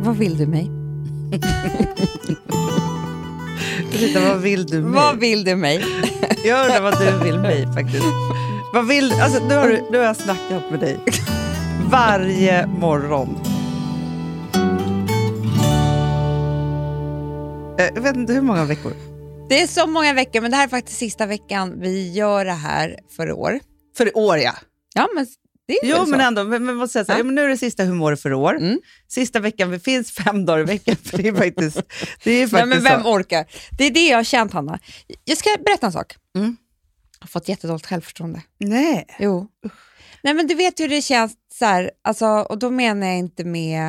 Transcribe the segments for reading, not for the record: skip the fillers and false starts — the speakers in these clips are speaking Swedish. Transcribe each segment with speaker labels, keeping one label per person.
Speaker 1: Vad vill du mig?
Speaker 2: Rita, vad vill du mig?
Speaker 1: Vad vill du mig?
Speaker 2: Jag undrar vad du vill mig faktiskt. Vad vill, alltså, nu har jag snackat med dig varje morgon. Jag vet inte hur många veckor.
Speaker 1: Det är så många veckor, men det här är faktiskt sista veckan vi gör det här för år.
Speaker 2: För år, ja.
Speaker 1: Ja, men det är
Speaker 2: jo,
Speaker 1: så.
Speaker 2: men ändå, men vad säger jag? Ja, men nu är det sista humor för år. Mm. Sista veckan, det finns 5 dagar i veckan. För det är faktiskt
Speaker 1: ja, men vem
Speaker 2: så.
Speaker 1: orkar? Det är det jag har känt, Hanna. Jag ska berätta en sak. Jag har fått jättedåligt självförtroende.
Speaker 2: Nej.
Speaker 1: Jo. Nej, men du vet hur det känns så här, alltså, och då menar jag inte med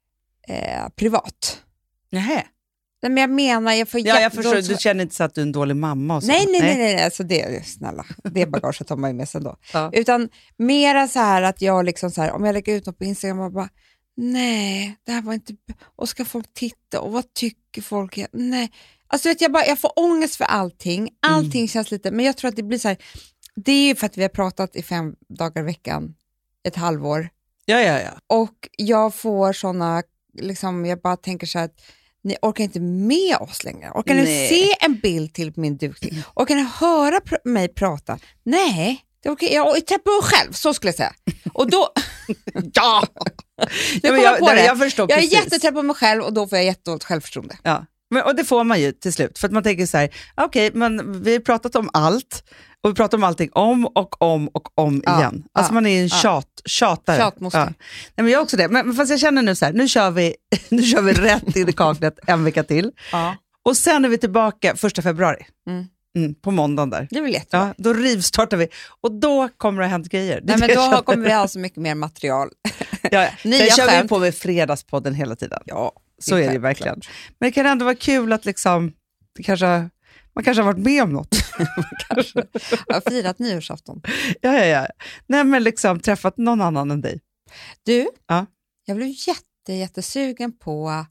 Speaker 1: privat.
Speaker 2: Nej.
Speaker 1: Nej, men jag menar, jag får
Speaker 2: jag förstår, du känner inte så att du är en dålig mamma och så.
Speaker 1: Nej, alltså det är snälla. Det bagaget har man ju med sig då.
Speaker 2: Ja.
Speaker 1: Utan mera så här att jag liksom så här, om jag lägger ut något på Instagram och bara, nej, det här var inte, och ska folk titta och vad tycker folk? Nej. Alltså vet jag får ångest för allting. Allting känns lite, men jag tror att det blir så här, det är ju för att vi har pratat i 5 dagar i veckan, ett halvår.
Speaker 2: Ja.
Speaker 1: Och jag får såna, liksom, jag bara tänker så här att ni orkar inte med oss längre. Orkar ni se en bild till min dukning? Orkar ni höra mig prata? Nej, det orkar jag trappa på själv, så skulle jag säga. Och då... ja!
Speaker 2: Jag förstår
Speaker 1: jag är
Speaker 2: precis.
Speaker 1: jättetrappa på mig själv och då får jag jättedåligt självförtroende.
Speaker 2: Ja. Och det får man ju till slut. För att man tänker så här, okej, men vi har pratat om allt. Och vi pratar om allting om igen. Alltså man är en tjatare.
Speaker 1: Tjatmoster.
Speaker 2: Nej, men jag är också det. Men fast jag känner nu så här, nu kör vi rätt in i kaklet en vecka till.
Speaker 1: Ja.
Speaker 2: Och sen är vi tillbaka 1 februari. På måndagen där.
Speaker 1: Det blir jättebra.
Speaker 2: Ja, då rivstartar vi. Och då kommer det att hända grejer.
Speaker 1: Nej, men då kommer vi ha så mycket mer material.
Speaker 2: Sen kör vi på med fredagspodden hela tiden. Ja, så är det ju verkligen. Men det kan ändå vara kul att liksom, man kanske har varit med om något.
Speaker 1: Jag har firat nyårsafton.
Speaker 2: Ja. Nej, men liksom träffat någon annan än dig.
Speaker 1: Du,
Speaker 2: ja.
Speaker 1: Jag blev jättesugen på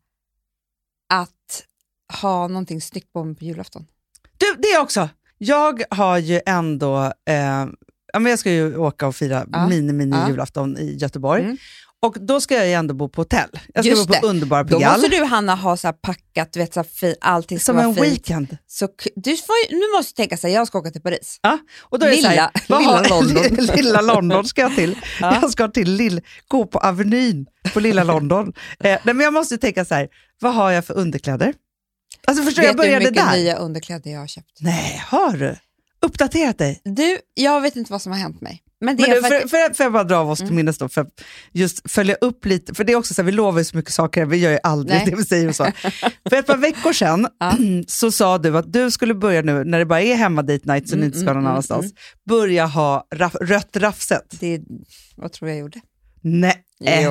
Speaker 1: att ha någonting snyggt på mig på julafton.
Speaker 2: Du, det också. Jag har ju ändå, men jag ska ju åka och fira mini julafton i Göteborg. Och då ska jag ju ändå bo på hotell. Jag ska bo på underbara Pigalle.
Speaker 1: Då måste du, Hanna, ha så här packat, du vet, så här allting
Speaker 2: som en weekend.
Speaker 1: Så nu måste du tänka sig, jag ska åka till Paris.
Speaker 2: Ja, och då är
Speaker 1: lilla London.
Speaker 2: Lilla London ska jag till. Ja. Jag ska till gå på Avenyn på Lilla London. Nej, men jag måste tänka så här, vad har jag för underkläder? Alltså förstår jag började där.
Speaker 1: Vet du hur mycket nya underkläder jag har köpt?
Speaker 2: Nej, har du? Uppdaterat dig?
Speaker 1: Du, jag vet inte vad som har hänt mig. Men det
Speaker 2: får jag bara dra av oss till minnes då, för att just följa upp lite, för det är också så här, vi lovar ju så mycket saker, vi gör ju aldrig det vi säger och så. För ett par veckor sedan så sa du att du skulle börja nu, när det bara är hemma date night så ni inte ska någon annanstans, börja ha rött raffset.
Speaker 1: Vad tror jag gjorde?
Speaker 2: Nej.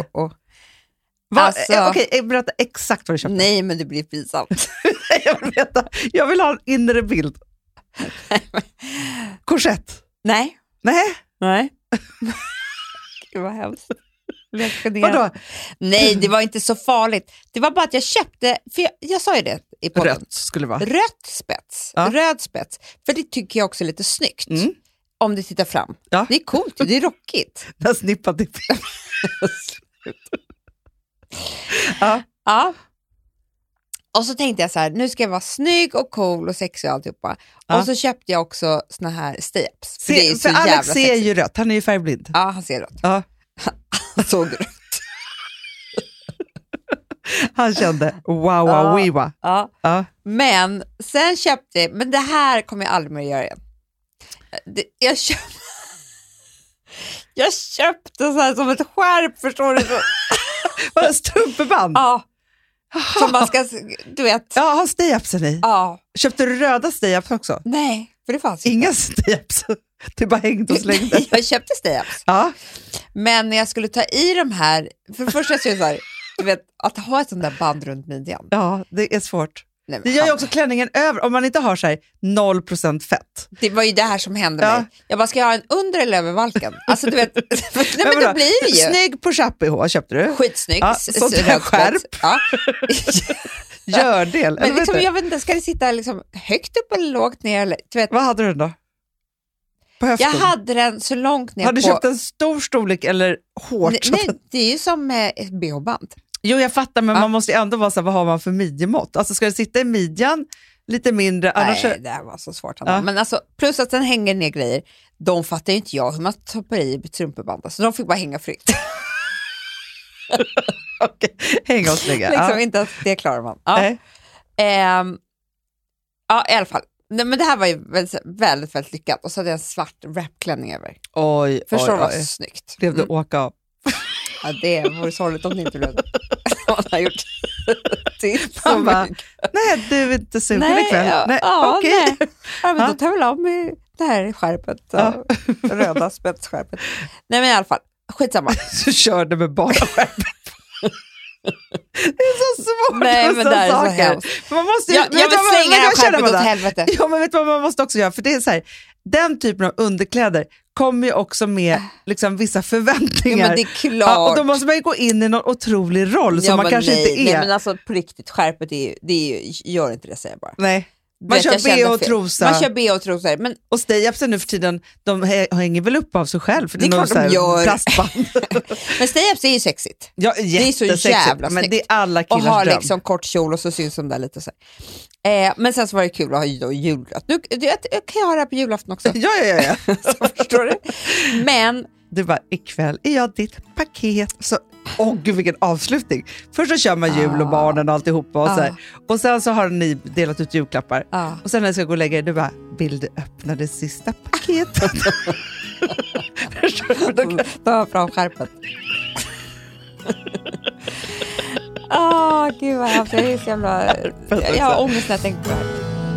Speaker 2: Okej, berätta exakt vad du köpte.
Speaker 1: Nej, men det blir pinsamt.
Speaker 2: Jag vill veta, jag vill ha en inre bild. Korsett.
Speaker 1: Nej. Gud vad hemskt.
Speaker 2: Vadå?
Speaker 1: Nej, det var inte så farligt. Det var bara att jag köpte, för jag sa ju det i podden.
Speaker 2: Rött skulle det vara.
Speaker 1: Rött spets. Ja. Röd spets. För det tycker jag också är lite snyggt. Om du tittar fram. Ja. Det är coolt, det är rockigt.
Speaker 2: Det har snippat i
Speaker 1: Ja. Och så tänkte jag så här, nu ska jag vara snygg och cool och sexig och alltihopa. Och så köpte jag också såna här stay-ups.
Speaker 2: För Alex ser ju rött, han är ju färgblind.
Speaker 1: Ja, han ser rött.
Speaker 2: Ja.
Speaker 1: Han såg rött.
Speaker 2: Han kände, wow.
Speaker 1: Ja. Men sen köpte jag, men det här kommer jag aldrig mer att göra igen. Jag köpte så här som ett skärp, förstår du?
Speaker 2: Vad, strumpeband?
Speaker 1: Ja. Som man ska, du vet.
Speaker 2: Ja, har stay-upsen i?
Speaker 1: Ja.
Speaker 2: Köpte du röda stay-ups också?
Speaker 1: Nej, för det fanns
Speaker 2: inga stay-ups. Det bara hängde och slängde.
Speaker 1: Jag köpte stay-ups.
Speaker 2: Ja.
Speaker 1: Men när jag skulle ta i de här, för det första så är det så här, du vet, att ha ett sånt där band runt midjan.
Speaker 2: Ja, det är svårt. Nej, det gör ju också klänningen över, om man inte har så här 0% fett.
Speaker 1: Det var ju det här som hände mig. Jag bara, ska jag ha en under eller över valken? Alltså du vet, nej, men då blir det ju.
Speaker 2: Snygg push-up-BH köpte du.
Speaker 1: Skitsnygg.
Speaker 2: Ja, sånt här skärp. Ja. Gördel.
Speaker 1: Men liksom, jag vet inte, ska det sitta liksom högt upp eller lågt ner? Eller, du vet.
Speaker 2: Vad hade du då?
Speaker 1: Jag hade den så långt ner.
Speaker 2: Har du köpt en stor storlek eller hårt?
Speaker 1: Nej, det är ju som ett BH-band.
Speaker 2: Jo, jag fattar, men man måste ändå vara så här, vad har man för midjemått? Alltså ska det sitta i midjan lite mindre? Annars...
Speaker 1: Nej, det här var så svårt. Men alltså, plus att den hänger ner grejer. De fattar ju inte jag hur man toppar i trumpeband. Så de fick bara hänga fritt.
Speaker 2: Okej, hänga och slänga.
Speaker 1: Liksom inte att det klarar man. Ja, i alla fall. Nej, men det här var ju väldigt, väldigt lyckat. Och så hade jag en svart wrapklänning över.
Speaker 2: Oj,
Speaker 1: förstår du vad snyggt?
Speaker 2: Blev du åka av?
Speaker 1: Ja, det vore sorgligt om det inte blev det. Man har gjort
Speaker 2: Han bara, nej, du är inte sugen ikväll. Nej, okej.
Speaker 1: Nej. Ja, men då tar väl av med det här skärpet. Röda spetsskärpet. Nej, men i alla fall, skitsamma.
Speaker 2: Så körde med bara skärpet. Det är så svårt.
Speaker 1: Nej, men det är så hemskt.
Speaker 2: Man måste
Speaker 1: jag vill slänga det här skärpet åt helvete.
Speaker 2: Ja, men vet du vad man måste också göra? För det är så här, den typen av underkläder kommer ju också med liksom, vissa förväntningar.
Speaker 1: Ja, men det är klart.
Speaker 2: Ja, och då måste man ju gå in i någon otrolig roll som man kanske inte är.
Speaker 1: Nej, men alltså på riktigt, skärpet gör inte det, säger jag bara.
Speaker 2: Nej. Man kör bh och trosa.
Speaker 1: Man kör bh och trosor. Men...
Speaker 2: Och stay-upsen nu för tiden, de hänger väl upp av sig själv. För
Speaker 1: det är klart de gör.
Speaker 2: Plastband.
Speaker 1: Men stay-ups är ju sexigt.
Speaker 2: Ja,
Speaker 1: det är så jävla snyggt.
Speaker 2: Men det är alla killars
Speaker 1: dröm. Och ha
Speaker 2: dröm.
Speaker 1: liksom kort kjol och så syns de där lite så men sen så var det kul att ha julafton. Jag kan jag ha det här på julafton också.
Speaker 2: Ja.
Speaker 1: Så förstår du. Men
Speaker 2: det var ikväll är jag ditt paket. Så, gud vilken avslutning. Först så kör man jul och barnen och alltihopa och så här. Och sen så har ni delat ut julklappar. Och sen när jag ska gå och lägga er, du bara, vill du öppna det sista paketet?
Speaker 1: Då har jag fram skärpet. Gud vad hemskt. Jag är så jävla... Jag har ångest när jag tänker på det här.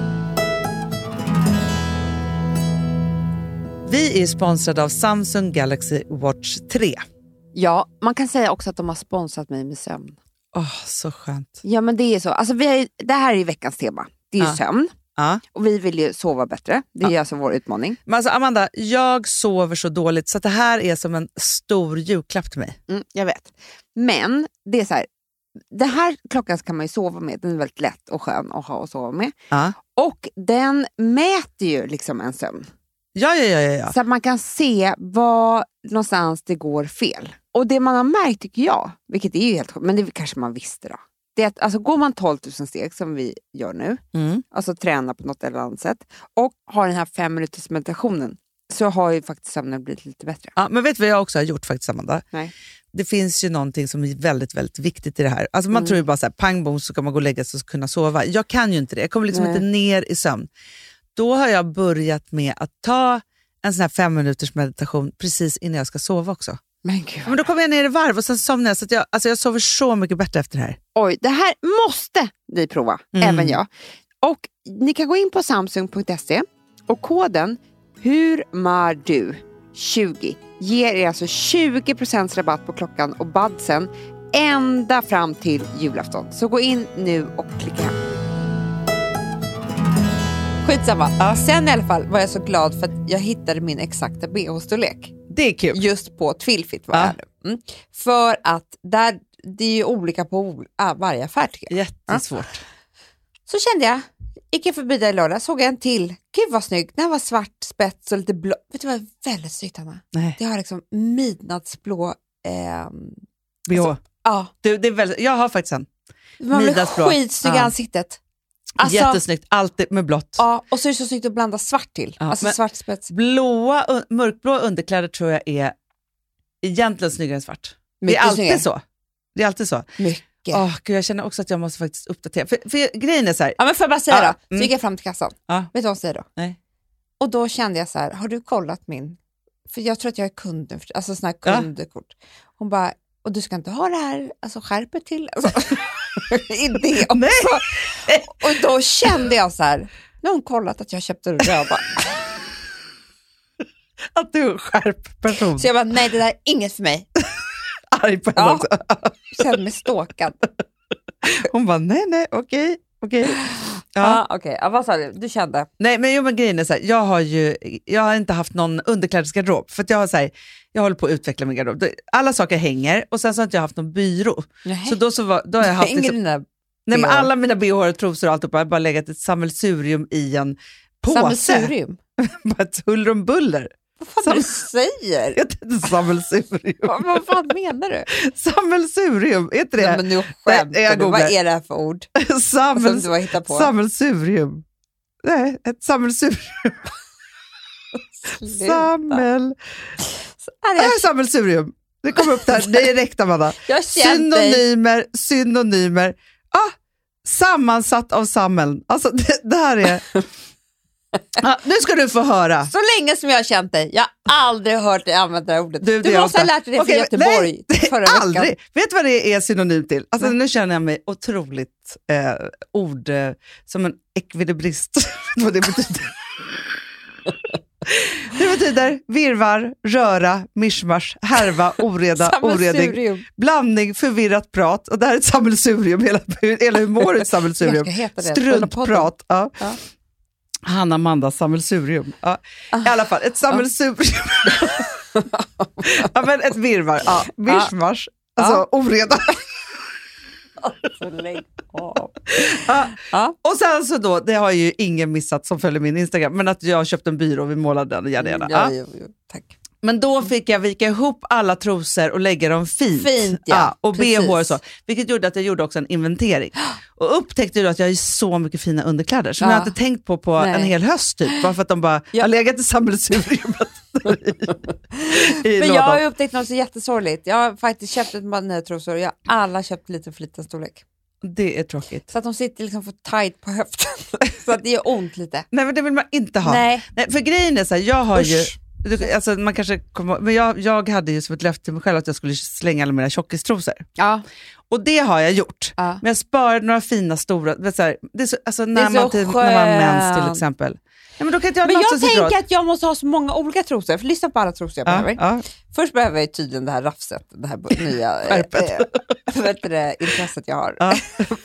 Speaker 2: Vi är sponsrade av Samsung Galaxy Watch 3.
Speaker 1: Ja, man kan säga också att de har sponsrat mig med sömn.
Speaker 2: Så skönt.
Speaker 1: Ja, men det är så. Alltså, det här är ju veckans tema. Det är ju sömn. Och vi vill ju sova bättre. Det är alltså vår utmaning.
Speaker 2: Men alltså Amanda, jag sover så dåligt så att det här är som en stor julklapp till mig.
Speaker 1: Jag vet. Men det är så här. Det här klockan kan man ju sova med. Den är väldigt lätt och skön att ha och sova med. Och den mäter ju liksom en sömn.
Speaker 2: Ja.
Speaker 1: Så att man kan se var någonstans det går fel. Och det man har märkt tycker jag, vilket är ju helt men det kanske man visste då. Det är att alltså, går man 12 000 steg som vi gör nu, alltså träna på något eller annat sätt och har den här 5 minuters meditationen, så har ju faktiskt sömnen blivit lite bättre.
Speaker 2: Ja, men vet du vad jag också har gjort faktiskt, Amanda?
Speaker 1: Nej.
Speaker 2: Det finns ju någonting som är väldigt, väldigt viktigt i det här. Alltså man tror ju bara så här, pang bom så kan man gå och lägga sig och kunna sova. Jag kan ju inte det. Jag kommer liksom inte ner i sömn. Då har jag börjat med att ta en sån här 5 minuters meditation precis innan jag ska sova också. Men då kommer jag ner i varv och sen somnar jag. Så att jag sover så mycket bättre efter det här.
Speaker 1: Oj, det här måste ni prova, även jag. Och ni kan gå in på samsung.se och koden HURMARDU20 ger er alltså 20% rabatt på klockan och badsen ända fram till julafton. Så gå in nu och klicka hem. Skitsamma. Sen i alla fall var jag så glad för att jag hittade min exakta BH-storlek.
Speaker 2: Det är kul.
Speaker 1: Just på Twilfit var jag nu. För att det är ju olika på varje affär tycker jag.
Speaker 2: Jättesvårt.
Speaker 1: Så kände jag, gick jag förbi där i lördag, såg jag en till. Gud vad snygg. Den var svart spets och lite blå. Vet du vad, väldigt snyggt, Anna.
Speaker 2: Nej.
Speaker 1: Det har liksom midnattsblå
Speaker 2: BH.
Speaker 1: Alltså,
Speaker 2: det är väldigt, jag har faktiskt en.
Speaker 1: Man blir skitsnygg i ansiktet. Alltså,
Speaker 2: jättesnyggt, alltid med blått.
Speaker 1: Ja, och så är det så snyggt att blanda svart till. Alltså svart spets.
Speaker 2: Mörkblå underkläder tror jag är egentligen snyggare än svart.
Speaker 1: Mycket
Speaker 2: det är alltid
Speaker 1: snyggare.
Speaker 2: så. Det är alltid så.
Speaker 1: Mycket.
Speaker 2: Gud, jag känner också att jag måste faktiskt uppdatera. För grejen är så här.
Speaker 1: Ja, men får jag bara säga då? Så gick jag fram till kassan. Vet du vad hon säger då?
Speaker 2: Nej.
Speaker 1: Och då kände jag så här, har du kollat min? För jag tror att jag är kunden, alltså sån här kundkort. Hon bara, och du ska inte ha det här alltså skärpet till? Alltså, i det också. Nej. Och då kände jag så här, nu har hon kollat att jag köpte röda.
Speaker 2: Att du är en skärp person.
Speaker 1: Så jag bara, nej det där är inget för mig.
Speaker 2: Arg på henne också.
Speaker 1: Kände mig ståkad.
Speaker 2: Hon bara, nej, okej.
Speaker 1: Okej. Vad sa du? Du kände?
Speaker 2: Nej, men grejen är så här, jag har inte haft någon underklädesgarderob för att jag håller på att utveckla min garderob. Alla saker hänger och sen så har inte jag haft någon byrå.
Speaker 1: Nej.
Speaker 2: Så då har jag haft
Speaker 1: liksom,
Speaker 2: men alla mina BH och trosor och allt upp, jag har bara legat ett sammelsurium i en påse.
Speaker 1: Sammelsurium?
Speaker 2: Bara ett huller om buller.
Speaker 1: Vad fan du säger?
Speaker 2: Jag heter inte sammelsurium.
Speaker 1: Vad fan menar du?
Speaker 2: Sammelsurium, är inte det?
Speaker 1: Nej, men nu skämtar du. Vad är det här för ord? Som du har hittat på?
Speaker 2: Sammelsurium. Nej, ett sammelsurium. Sammelsurium. Det kommer upp där direkt, Amanda. Synonymer. Sammansatt av sammeln. Alltså det här är... nu ska du få höra.
Speaker 1: Så länge som jag har känt dig. Jag har aldrig hört dig använda det här ordet. Du måste ha lärt dig det för Göteborg förra veckan.
Speaker 2: Aldrig. Vet du vad det är synonym till? Alltså, nu känner jag mig otroligt ord som en ekvilibrist. Vad det betyder. Det betyder virvar, röra, mischmasch, härva, oreda, oredning, blandning, förvirrat prat. Och det här är ett sammelsurium, hela humor är ett sammelsurium. Struntprat. Ja. Hanna Amandas sammelsurium. Ja. I alla fall, ett sammelsurium. Ja, men ett virvar. Ja. Mischmasch, alltså oreda. Och sen så då, det har ju ingen missat som följer min Instagram, men att jag köpte en byrå och vi målade den och gärna.
Speaker 1: Tack.
Speaker 2: Men då fick jag vika ihop alla trosor och lägga dem fint. Och BH och så. Vilket gjorde att jag gjorde också en inventering. Och upptäckte då att jag har så mycket fina underkläder som jag inte tänkt på en hel höst typ. Bara för att de bara har legat i sammelsuriumet.
Speaker 1: Men jag har ju upptäckt något så jättesorgligt. Jag har faktiskt köpt ett par nya trosor och jag har alla köpt lite för liten storlek.
Speaker 2: Det är tråkigt.
Speaker 1: Så att de sitter liksom för tight på höften. Så att det gör ont lite.
Speaker 2: Nej, men det vill man inte ha. Nej, för grejen är så här, jag har ju... Alltså man kanske men jag hade ju som ett löfte till mig själv att jag skulle slänga alla mina tjockistrosor. Ja. Och det har jag gjort. Ja. Men jag sparade några fina stora, det är så, alltså när man har mens till exempel. Ja, men då kan inte jag
Speaker 1: tänker att jag måste ha så många olika trosor. För lyssna på alla trosor jag behöver. Ja. Först behöver jag tydligen det här rafset, det här nya intresset jag har. Ja.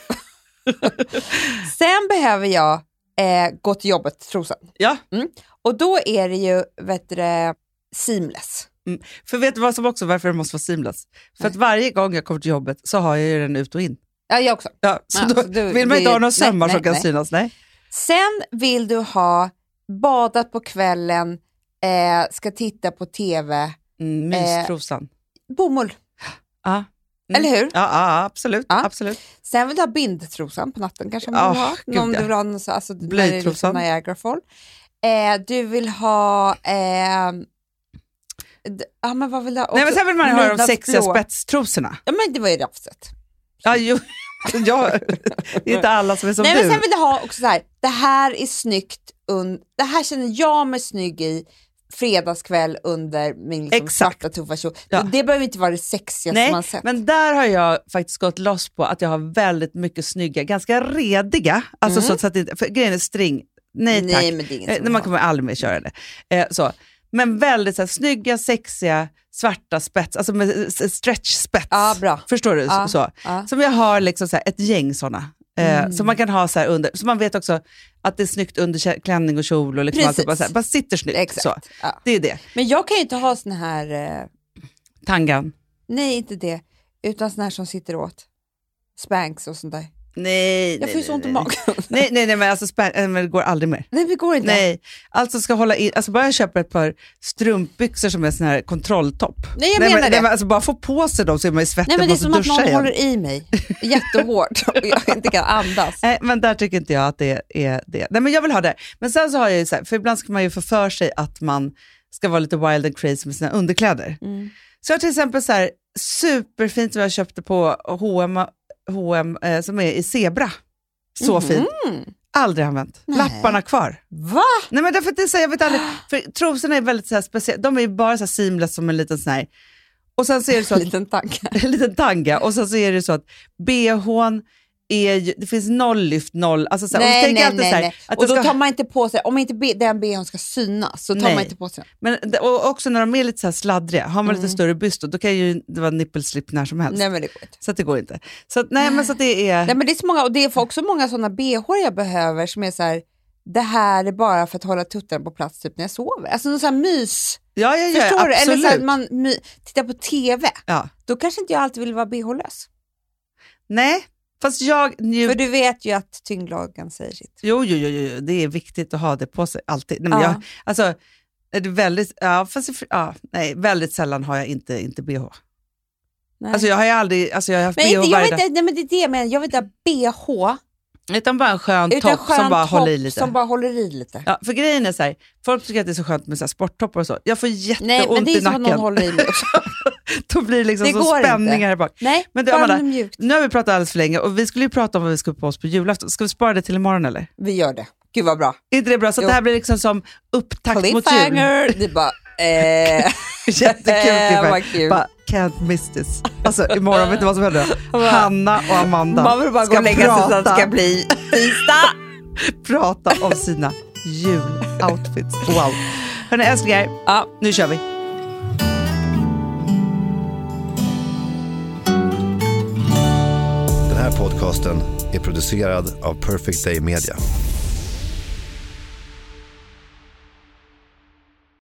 Speaker 1: Sen behöver jag gå till jobbet trosan. Ja. Mm. Och då är det ju seamless.
Speaker 2: Mm. För vet du vad som också, varför det måste vara seamless? För att varje gång jag kommer till jobbet så har jag ju den ut och in.
Speaker 1: Ja, jag också.
Speaker 2: Ja, så då vill man inte ha några sömmar som kan synas. Nej.
Speaker 1: Sen vill du ha badat på kvällen, ska titta på tv.
Speaker 2: Mystrosan.
Speaker 1: Bomull.
Speaker 2: Ja.
Speaker 1: Eller hur?
Speaker 2: Ja, absolut.
Speaker 1: Ja.
Speaker 2: Absolut.
Speaker 1: Sen vill du ha bindtrosan på natten kanske man vill ha. Om du vill ha någon, alltså,
Speaker 2: blöjtrosan.
Speaker 1: Niagara Fall. Du vill ha... men vad vill du ha?
Speaker 2: Nej, men sen vill man ha de sexiga spetstrosorna.
Speaker 1: Ja, men det var ju rafset.
Speaker 2: Ja, jo. Det är inte alla som är som du.
Speaker 1: Nej, men sen vill du ha också så här, det här är snyggt. Det här känner jag mig snygg i fredagskväll under min liksom svarta tuffa kjol. Ja. Det behöver inte vara det sexigaste man sett.
Speaker 2: Men där har jag faktiskt gått loss på att jag har väldigt mycket snygga, ganska rediga. Alltså så att det, för grejen är string. Nej tack.
Speaker 1: Nej, men det är inget
Speaker 2: man kommer aldrig mer köra det. Så. Men väldigt så här, snygga, sexiga, svarta spets, alltså med stretch-spets.
Speaker 1: Ja, bra.
Speaker 2: Förstår du? Så. Ja. Som jag har liksom så här, ett gäng sådana. Som man kan ha så här under, så man vet också att det är snyggt under klänning och kjol och liksom allt, bara sitter snyggt.
Speaker 1: Exakt.
Speaker 2: Så. Ja. Det är det.
Speaker 1: Men jag kan ju inte ha sån här...
Speaker 2: Tangan.
Speaker 1: Nej, inte det. Utan sån här som sitter åt. Spanks och sånt där.
Speaker 2: Nej,
Speaker 1: jag får ju så ont i magen.
Speaker 2: Nej, men alltså men det går aldrig mer.
Speaker 1: Nej, det går inte.
Speaker 2: Nej, alltså ska hålla in, alltså bara jag köper ett par strumpbyxor som är sån här kontrolltopp.
Speaker 1: Nej, jag menar det.
Speaker 2: Men alltså bara få på sig dem så är man ju svettig.
Speaker 1: Nej, men det är som att någon håller i mig jättehårt och jag inte kan andas.
Speaker 2: Nej, men där tycker inte jag att det är det. Nej, men jag vill ha det. Men sen så har jag ju så här, för ibland ska man ju få för sig att man ska vara lite wild and crazy med sina underkläder. Så jag har till exempel så här superfint som jag köpte på H&M som är i zebra. Så fint. Aldrig använt. Nej. Lapparna kvar.
Speaker 1: Va?
Speaker 2: Nej, men därför att det säger jag vet aldrig. För trosorna är väldigt så här speciella. De är ju bara så här seamless som en liten sån här. Och sen så är det så att
Speaker 1: en
Speaker 2: liten tanga. Och sen så är det så att BH:n är ju, det finns noll lyft, noll. Alltså så här,
Speaker 1: nej. Och då tar man inte på sig, om inte den BH:n ska synas så tar man inte på sig.
Speaker 2: Men och också när de är lite så här sladdriga, har man lite större byst då kan ju det vara nippelslip när som helst.
Speaker 1: Nej, men det går inte.
Speaker 2: Så att det går inte. Så att, men så att det är...
Speaker 1: Nej, men det är så många, och det är också många sådana BH:n jag behöver som är så här, det här är bara för att hålla tuttarna på plats typ när jag sover. Alltså någon sån här mys.
Speaker 2: Ja,
Speaker 1: förstår du?
Speaker 2: Absolut.
Speaker 1: Eller så här, man tittar på tv. Ja. Då kanske inte jag alltid vill vara BH-lös.
Speaker 2: Nej. Fast
Speaker 1: för du vet ju att tyngdlagen säger sitt.
Speaker 2: Jo, det är viktigt att ha det på sig alltid. Nej, men Det är väldigt, väldigt sällan har jag inte BH.
Speaker 1: Nej.
Speaker 2: Alltså jag har ju aldrig, jag har haft
Speaker 1: men
Speaker 2: BH
Speaker 1: inte,
Speaker 2: varje
Speaker 1: jag vet inte, men det är det jag menar. Jag vill inte ha BH.
Speaker 2: Utan bara en skön topp som bara håller i lite.
Speaker 1: Som bara håller i lite.
Speaker 2: Ja, för grejen är så här, folk tycker att det är så skönt med så här sporttoppar och så. Jag får jätteont i nacken.
Speaker 1: Nej, men det är som att någon håller i mig också.
Speaker 2: Då blir det liksom
Speaker 1: det
Speaker 2: så spänningar här bak.
Speaker 1: Nej,
Speaker 2: men du,
Speaker 1: bara
Speaker 2: Amanda,
Speaker 1: mjukt.
Speaker 2: Nu har vi pratat alldeles för länge och vi skulle ju prata om vad vi ska på oss på julafton. Ska vi spara det till imorgon eller?
Speaker 1: Vi gör det. Gud vad bra.
Speaker 2: Är inte det bra? Så det här blir liksom som upptakt mot jul.
Speaker 1: Cliffhanger. Det är bara...
Speaker 2: Jättekul. Bara, can't miss this. Alltså imorgon, vet du vad som händer? Hanna och Amanda
Speaker 1: man vill bara gå och lägga sig så att det ska bli tisdag.
Speaker 2: Prata om sina juloutfits. Wow. Hörrni älsklingar, nu kör vi.
Speaker 3: Den här podcasten är producerad av Perfect Day Media.